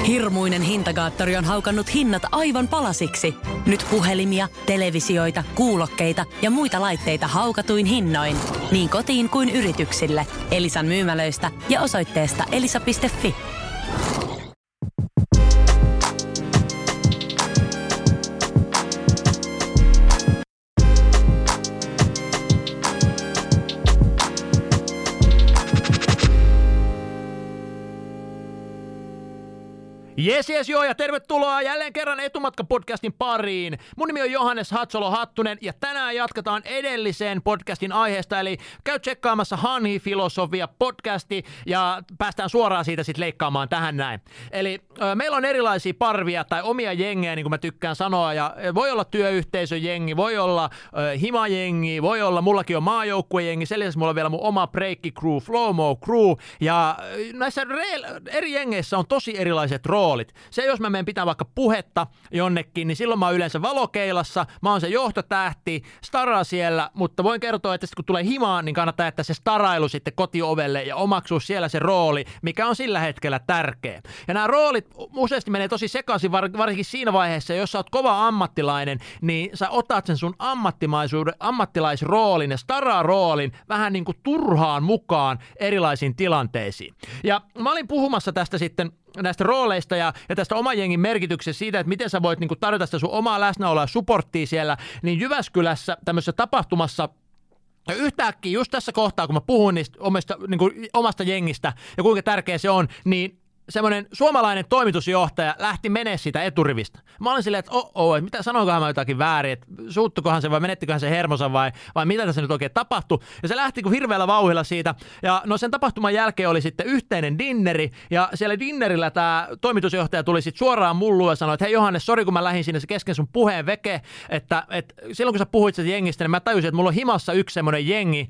Hirmuinen hintakaattori on haukannut hinnat aivan palasiksi. Nyt puhelimia, televisioita, kuulokkeita ja muita laitteita haukatuin hinnoin. Niin kotiin kuin yrityksille. Elisan myymälöistä ja osoitteesta elisa.fi. Jes, joo, ja tervetuloa jälleen kerran Etumatka-podcastin pariin. Mun nimi on Johannes Hatsolo-Hattunen, ja tänään jatketaan edellisen podcastin aiheesta, eli käy tsekkaamassa Hanhi-filosofia-podcasti, ja päästään suoraan siitä sitten leikkaamaan tähän näin. Eli meillä on erilaisia parvia tai omia jengejä, niin kuin mä tykkään sanoa, ja voi olla työyhteisöjengi, voi olla himajengi, voi olla, mullakin on maajoukkuejengi, sen lisäksi mulla on vielä mun oma breakki crew, Flowmo crew, ja näissä eri jengeissä on tosi erilaiset roolit. Se, jos mä menen pitää vaikka puhetta jonnekin, niin silloin mä oon yleensä valokeilassa, mä oon se johtotähti, staraa siellä, mutta voin kertoa, että kun tulee himaan, niin kannattaa jättää se starailu sitten kotiovelle ja omaksua siellä se rooli, mikä on sillä hetkellä tärkeä. Ja nämä roolit useasti menee tosi sekaisin, varsinkin siinä vaiheessa, jos sä oot kova ammattilainen, niin sä otat sen sun ammattilaisroolin ja staraa-roolin vähän niin kuin turhaan mukaan erilaisiin tilanteisiin. Ja mä olin puhumassa tästä sitten näistä rooleista ja tästä oman jengin merkityksestä siitä, että miten sä voit niin kuin tarjota sitä sun omaa läsnäoloa ja supporttia siellä, niin Jyväskylässä tämmöisessä tapahtumassa ja yhtäkkiä just tässä kohtaa, kun mä puhun niistä omasta jengistä ja kuinka tärkeä se on, niin semmoinen suomalainen toimitusjohtaja lähti menee siitä eturivistä. Mä olin silleen, että mitä sanoinkohan mä jotakin väärin, että suuttukohan se vai menettiköhän se hermonsa vai mitä tässä nyt oikein tapahtui. Ja se lähti hirveällä vauhdilla siitä. Ja no sen tapahtuman jälkeen oli sitten yhteinen dinneri ja siellä dinnerillä tämä toimitusjohtaja tuli sitten suoraan mulluun ja sanoi, että hei Johannes, sori kun mä lähdin sinne se kesken sun puheen veke, että silloin kun sä puhuit siitä jengistä, niin mä tajusin, että mulla on himassa yksi semmoinen jengi,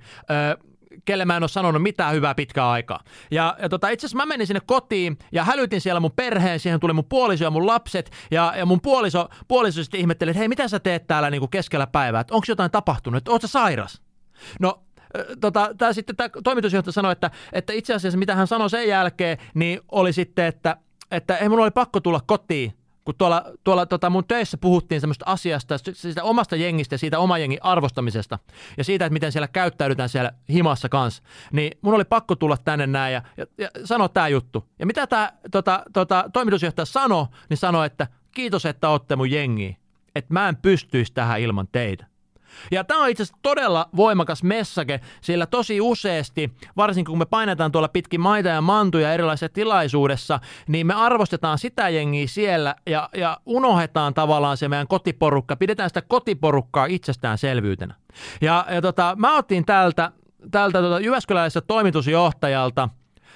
kelle mä en ole sanonut mitään hyvää pitkään aikaa. Ja itse asiassa mä menin sinne kotiin ja hälytin siellä mun perheen, siihen tuli mun puoliso ja mun lapset ja mun puoliso sitten ihmetteli, että hei, mitä sä teet täällä niin kuin keskellä päivää, että onko jotain tapahtunut, että oot sä sairas? No, tämä toimitusjohtaja sanoi, että itse asiassa mitä hän sanoi sen jälkeen, niin oli sitten, että ei mun oli pakko tulla kotiin, kun tuolla mun töissä puhuttiin semmoista asiasta, siitä omasta jengistä ja siitä oman jengin arvostamisesta ja siitä, että miten siellä käyttäydytään siellä himassa kanssa, niin mun oli pakko tulla tänne näin ja sanoa tää juttu. Ja mitä tää toimitusjohtaja sanoi, että kiitos, että ootte mun jengiä, että mä en pystyisi tähän ilman teitä. Ja tämä on itse asiassa todella voimakas message, sillä tosi useasti, varsinkin kun me painetaan tuolla pitkin maita ja mantuja erilaisissa tilaisuudessa, niin me arvostetaan sitä jengiä siellä ja unohdetaan tavallaan se meidän kotiporukka, pidetään sitä kotiporukkaa itsestäänselvyytenä. Ja mä otin tältä jyväskyläläiseltä toimitusjohtajalta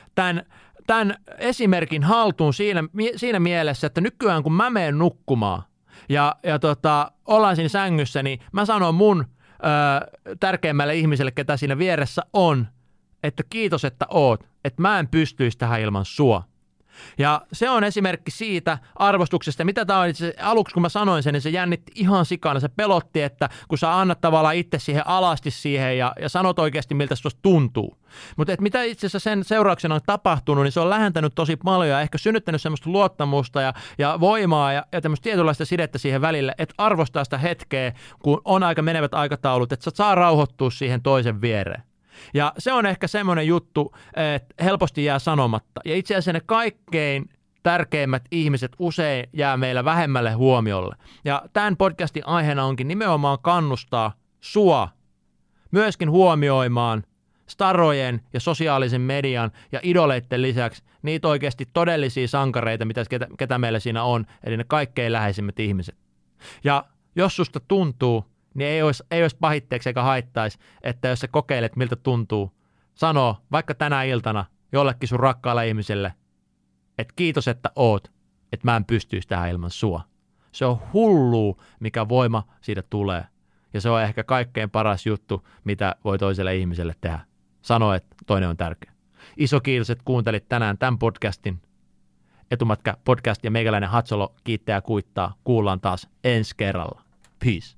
tämän esimerkin haltuun siinä mielessä, että nykyään kun mä menen nukkumaan, ja ollaan siinä sängyssä, niin mä sanon mun tärkeimmälle ihmiselle, ketä siinä vieressä on, että kiitos, että oot, että mä en pystyisi tähän ilman sua. Ja se on esimerkki siitä arvostuksesta, mitä tämä on itse aluksi, kun mä sanoin sen, niin se jännitti ihan sikana. Se pelotti, että kun sä annat tavallaan itse siihen alasti siihen ja sanot oikeasti, miltä se tuntuu. Mutta mitä itse asiassa sen seurauksena on tapahtunut, niin se on lähentänyt tosi paljon ja ehkä synnyttänyt semmoista luottamusta ja voimaa ja tämmöistä tietynlaista sidettä siihen välille, että arvostaa sitä hetkeä, kun on aika menevät aikataulut, että sä saa rauhoittua siihen toisen viereen. Ja se on ehkä semmoinen juttu, että helposti jää sanomatta. Ja itse asiassa ne kaikkein tärkeimmät ihmiset usein jää meillä vähemmälle huomiolle. Ja tämän podcastin aiheena onkin nimenomaan kannustaa sua myöskin huomioimaan starojen ja sosiaalisen median ja idoleiden lisäksi niitä oikeasti todellisia sankareita, ketä meillä siinä on, eli ne kaikkein läheisimmät ihmiset. Ja jos susta tuntuu, niin ei olisi pahitteeksi eikä haittaisi, että jos sä kokeilet, miltä tuntuu, sanoo vaikka tänä iltana jollekin sun rakkaalle ihmiselle, että kiitos, että oot, että mä en pystyisi tähän ilman sua. Se on hullua, mikä voima siitä tulee. Ja se on ehkä kaikkein paras juttu, mitä voi toiselle ihmiselle tehdä. Sano, että toinen on tärkeä. Iso kiitos, että kuuntelit tänään tämän podcastin. Etumatka podcast ja meikäläinen Hatsolo kiittää ja kuittaa. Kuullaan taas ensi kerralla. Peace.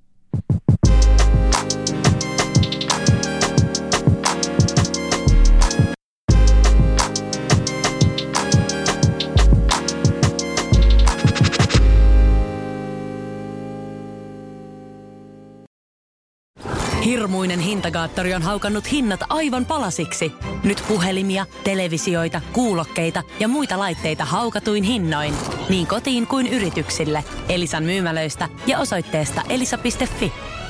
Hirmuinen hintakaattori on haukannut hinnat aivan palasiksi. Nyt puhelimia, televisioita, kuulokkeita ja muita laitteita haukatuin hinnoin. Niin kotiin kuin yrityksille. Elisan myymälöistä ja osoitteesta elisa.fi.